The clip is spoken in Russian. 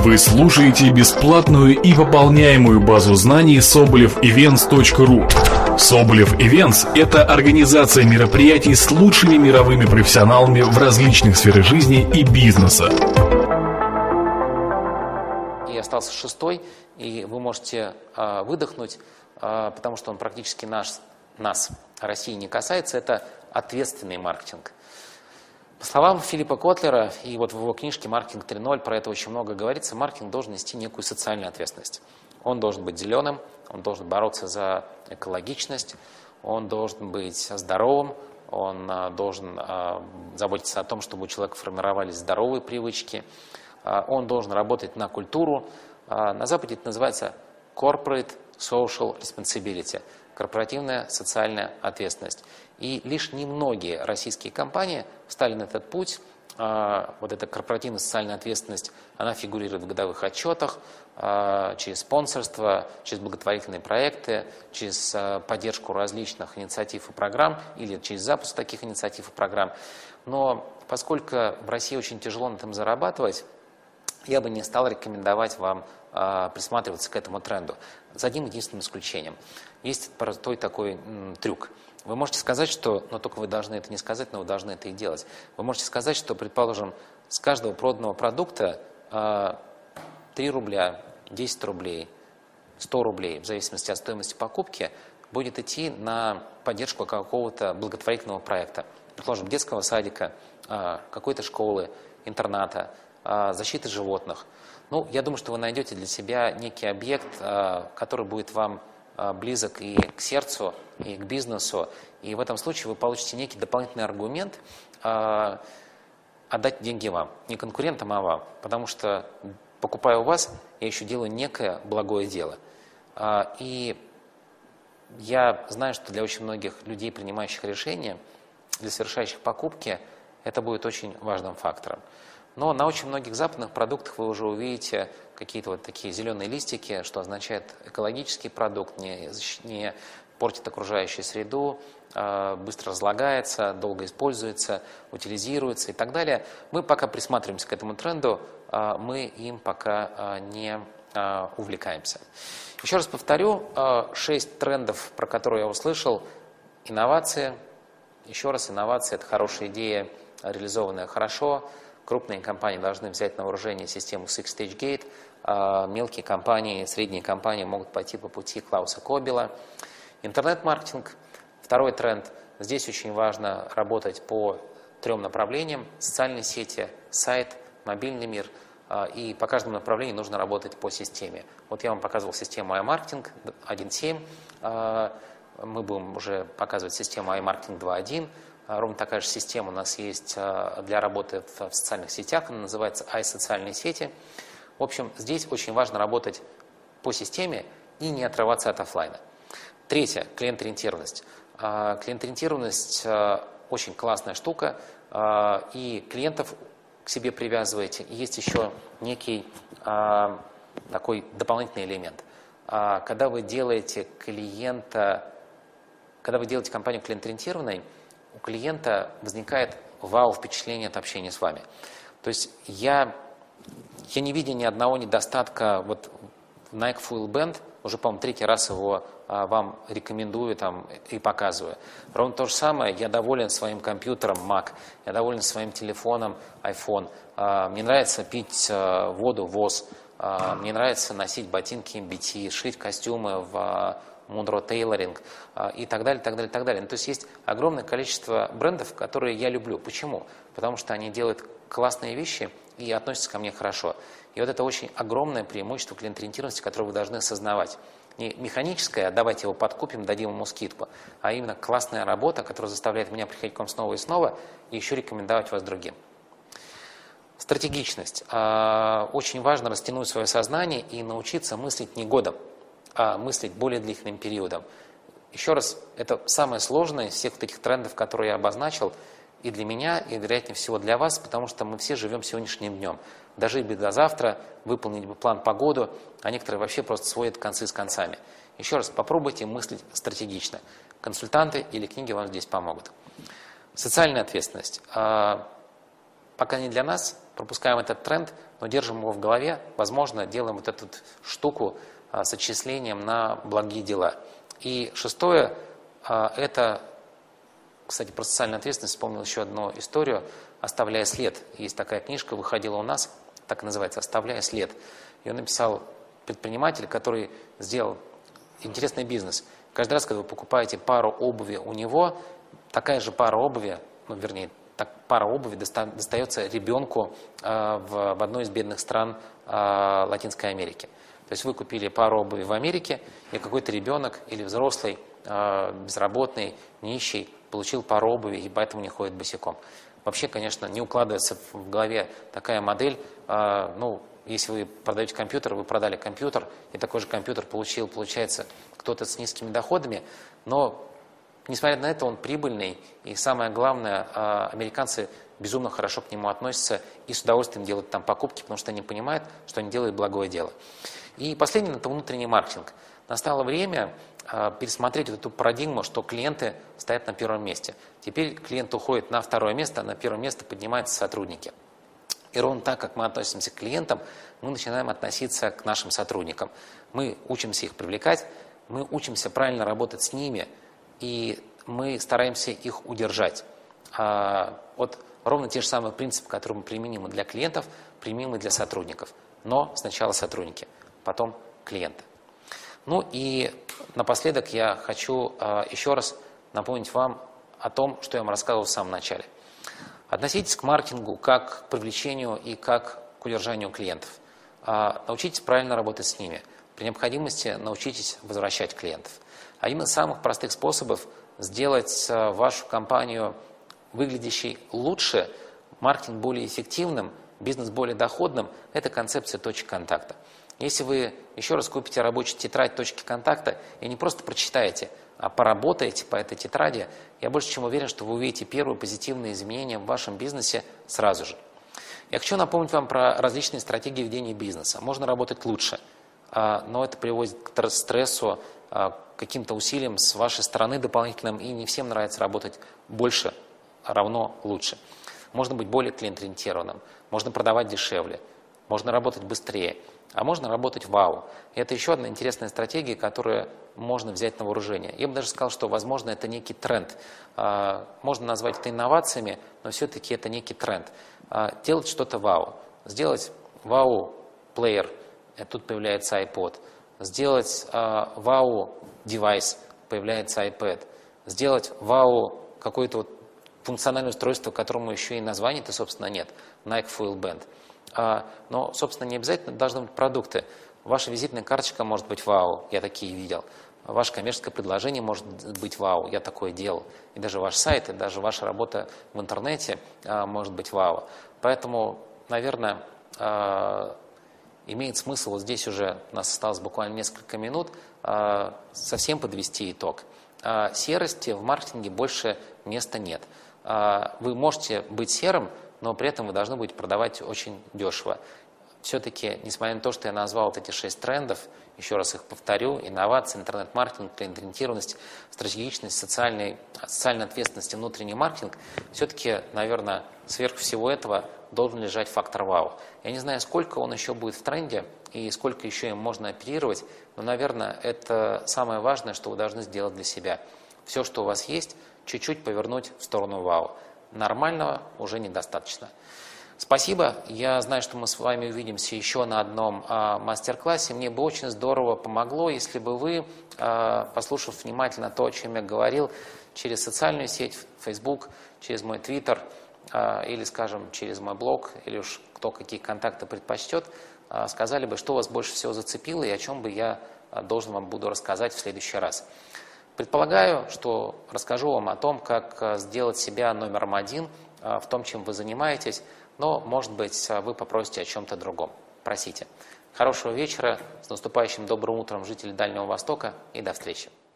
Вы слушаете бесплатную и пополняемую базу знаний sobolevevents.ru. Соболев Events – это организация мероприятий с лучшими мировыми профессионалами в различных сферах жизни и бизнеса. И остался шестой, и вы можете выдохнуть, потому что он практически нас, России, не касается. Это ответственный маркетинг. По словам Филиппа Котлера, и вот в его книжке «Маркетинг 3.0» про это очень много говорится, маркетинг должен нести некую социальную ответственность. Он должен быть зеленым, он должен бороться за экологичность, он должен быть здоровым, он должен заботиться о том, чтобы у человека формировались здоровые привычки, он должен работать на культуру. На Западе это называется corporate social responsibility, корпоративная социальная ответственность. И лишь немногие российские компании встали на этот путь. Вот эта корпоративная социальная ответственность, она фигурирует в годовых отчетах, через спонсорство, через благотворительные проекты, через поддержку различных инициатив и программ или через запуск таких инициатив и программ. Но поскольку в России очень тяжело на этом зарабатывать, я бы не стал рекомендовать вам присматриваться к этому тренду. За одним единственным исключением. Есть простой такой трюк. Вы можете сказать, что, но только вы должны это не сказать, но вы должны это и делать. Вы можете сказать, что, предположим, с каждого проданного продукта 3 рубля, 10 рублей, 100 рублей, в зависимости от стоимости покупки, будет идти на поддержку какого-то благотворительного проекта. Предположим, детского садика, какой-то школы, интерната, защиты животных. Ну, я думаю, что вы найдете для себя некий объект, который будет вам близок и к сердцу, и к бизнесу. И в этом случае вы получите некий дополнительный аргумент отдать деньги вам. Не конкурентам, а вам. Потому что, покупая у вас, я еще делаю некое благое дело. И я знаю, что для очень многих людей, принимающих решения, для совершающих покупки, это будет очень важным фактором. Но на очень многих западных продуктах вы уже увидите какие-то вот такие зеленые листики, что означает экологический продукт, не портит окружающую среду, быстро разлагается, долго используется, утилизируется и так далее. Мы пока присматриваемся к этому тренду, мы им пока не увлекаемся. Еще раз повторю, 6 трендов, про которые я услышал. Инновации. Еще раз, инновации – это хорошая идея, реализованная хорошо. Крупные компании должны взять на вооружение систему Six Stage Gate. Мелкие компании, средние компании могут пойти по пути Клауса Кобеля. Интернет-маркетинг. Второй тренд. Здесь очень важно работать по 3 направлениям. Социальные сети, сайт, мобильный мир. И по каждому направлению нужно работать по системе. Вот я вам показывал систему iMarketing 1.7. Мы будем уже показывать систему iMarketing 2.1. Ровно такая же система у нас есть для работы в социальных сетях, она называется iSоциальные сети. В общем, здесь очень важно работать по системе и не отрываться от офлайна. Третье – клиент-ориентированность. Клиент-ориентированность очень классная штука, и клиентов к себе привязываете. И есть еще некий такой дополнительный элемент. Когда вы делаете компанию клиент-ориентированной, у клиента возникает вау-впечатление от общения с вами. То есть я не видя ни одного недостатка вот в Nike Fuel Band, уже, по-моему, 3-й раз его вам рекомендую и показываю. Ровно то же самое, я доволен своим компьютером Mac, я доволен своим телефоном iPhone, мне нравится пить воду ВОЗ, мне нравится носить ботинки MBT, шить костюмы в Monroe Tailoring и так далее, так далее, так далее. То есть есть огромное количество брендов, которые я люблю. Почему? Потому что они делают классные вещи и относятся ко мне хорошо. И вот это очень огромное преимущество клиент-ориентированности, которое вы должны осознавать. Не механическое, давайте его подкупим, дадим ему скидку, а именно классная работа, которая заставляет меня приходить к вам снова и снова и еще рекомендовать вас другим. Стратегичность. Очень важно растянуть свое сознание и научиться мыслить не годом, а мыслить более длительным периодом. Еще раз, это самое сложное из всех этих трендов, которые я обозначил, и для меня, и, вероятнее всего, для вас, потому что мы все живем сегодняшним днем. Дожить бы до завтра, выполнить бы план по году, а некоторые вообще просто сводят концы с концами. Еще раз, попробуйте мыслить стратегично. Консультанты или книги вам здесь помогут. Социальная ответственность. пока не для нас, пропускаем этот тренд, но держим его в голове, возможно, делаем вот эту штуку с отчислением на благие дела. И шестое, это, кстати, про социальную ответственность вспомнил еще одну историю, «Оставляя след». Есть такая книжка, выходила у нас, так и называется, «Оставляя след». Ее написал предприниматель, который сделал интересный бизнес. Каждый раз, когда вы покупаете пару обуви у него, такая же пара обуви, пара обуви достается ребенку в одной из бедных стран Латинской Америки. То есть вы купили пару обуви в Америке, и какой-то ребенок или взрослый, безработный, нищий, получил пару обуви и поэтому не ходит босиком. Вообще, конечно, не укладывается в голове такая модель. Если вы продаете компьютер, вы продали компьютер, и такой же компьютер получил, получается, кто-то с низкими доходами, но, несмотря на это, он прибыльный, и самое главное, американцы безумно хорошо к нему относятся и с удовольствием делают там покупки, потому что они понимают, что они делают благое дело. И последнее – это внутренний маркетинг. Настало время пересмотреть вот эту парадигму, что клиенты стоят на первом месте. Теперь клиент уходит на второе место, а на первое место поднимаются сотрудники. И ровно так, как мы относимся к клиентам, мы начинаем относиться к нашим сотрудникам. Мы учимся их привлекать, мы учимся правильно работать с ними, и мы стараемся их удержать. Вот ровно те же самые принципы, которые мы применим для клиентов, применим и для сотрудников. Но сначала сотрудники, потом клиенты. Ну и напоследок я хочу еще раз напомнить вам о том, что я вам рассказывал в самом начале. Относитесь к маркетингу как к привлечению и как к удержанию клиентов. Научитесь правильно работать с ними. При необходимости научитесь возвращать клиентов. Один из самых простых способов сделать вашу компанию выглядящей лучше, маркетинг более эффективным, бизнес более доходным – это концепция точек контакта. Если вы еще раз купите рабочую тетрадь точки контакта и не просто прочитаете, а поработаете по этой тетради, я больше чем уверен, что вы увидите первые позитивные изменения в вашем бизнесе сразу же. Я хочу напомнить вам про различные стратегии ведения бизнеса. Можно работать лучше, но это приводит к стрессу, к каким-то усилиям с вашей стороны дополнительным, и не всем нравится работать больше равно лучше. Можно быть более клиент-ориентированным, можно продавать дешевле, можно работать быстрее, а можно работать вау. И это еще одна интересная стратегия, которую можно взять на вооружение. Я бы даже сказал, что, возможно, это некий тренд. Можно назвать это инновациями, но все-таки это некий тренд. Делать что-то вау. Сделать вау-плеер, тут появляется iPod. Сделать вау-девайс, появляется iPad. Сделать вау какое-то функциональное устройство, которому еще и названия-то, собственно, нет. Nike Fuel Band. Но, собственно, не обязательно должны быть продукты. Ваша визитная карточка может быть вау, я такие видел. Ваше коммерческое предложение может быть вау, я такое делал. И даже ваш сайт, и даже ваша работа в интернете может быть вау. Поэтому, наверное, имеет смысл вот здесь уже, у нас осталось буквально несколько минут, совсем подвести итог. Серости в маркетинге больше места нет. Вы можете быть серым, но при этом вы должны будете продавать очень дешево. Все-таки, несмотря на то, что я назвал вот эти 6 трендов, еще раз их повторю: инновации, интернет-маркетинг, клиент-ориентированность, стратегичность, социальная ответственность и внутренний маркетинг, все-таки, наверное, сверх всего этого должен лежать фактор вау. Я не знаю, сколько он еще будет в тренде и сколько еще им можно оперировать, но, наверное, это самое важное, что вы должны сделать для себя. Все, что у вас есть, чуть-чуть повернуть в сторону вау. Нормального уже недостаточно. Спасибо. Я знаю, что мы с вами увидимся еще на одном мастер-классе. Мне бы очень здорово помогло, если бы вы, послушав внимательно то, о чем я говорил, через социальную сеть, Facebook, через мой Twitter или, скажем, через мой блог, или уж кто какие контакты предпочтет, сказали бы, что вас больше всего зацепило и о чем бы я должен вам буду рассказать в следующий раз. Предполагаю, что расскажу вам о том, как сделать себя номером один в том, чем вы занимаетесь, но, может быть, вы попросите о чем-то другом. Просите. Хорошего вечера, с наступающим добрым утром, жители Дальнего Востока, и до встречи.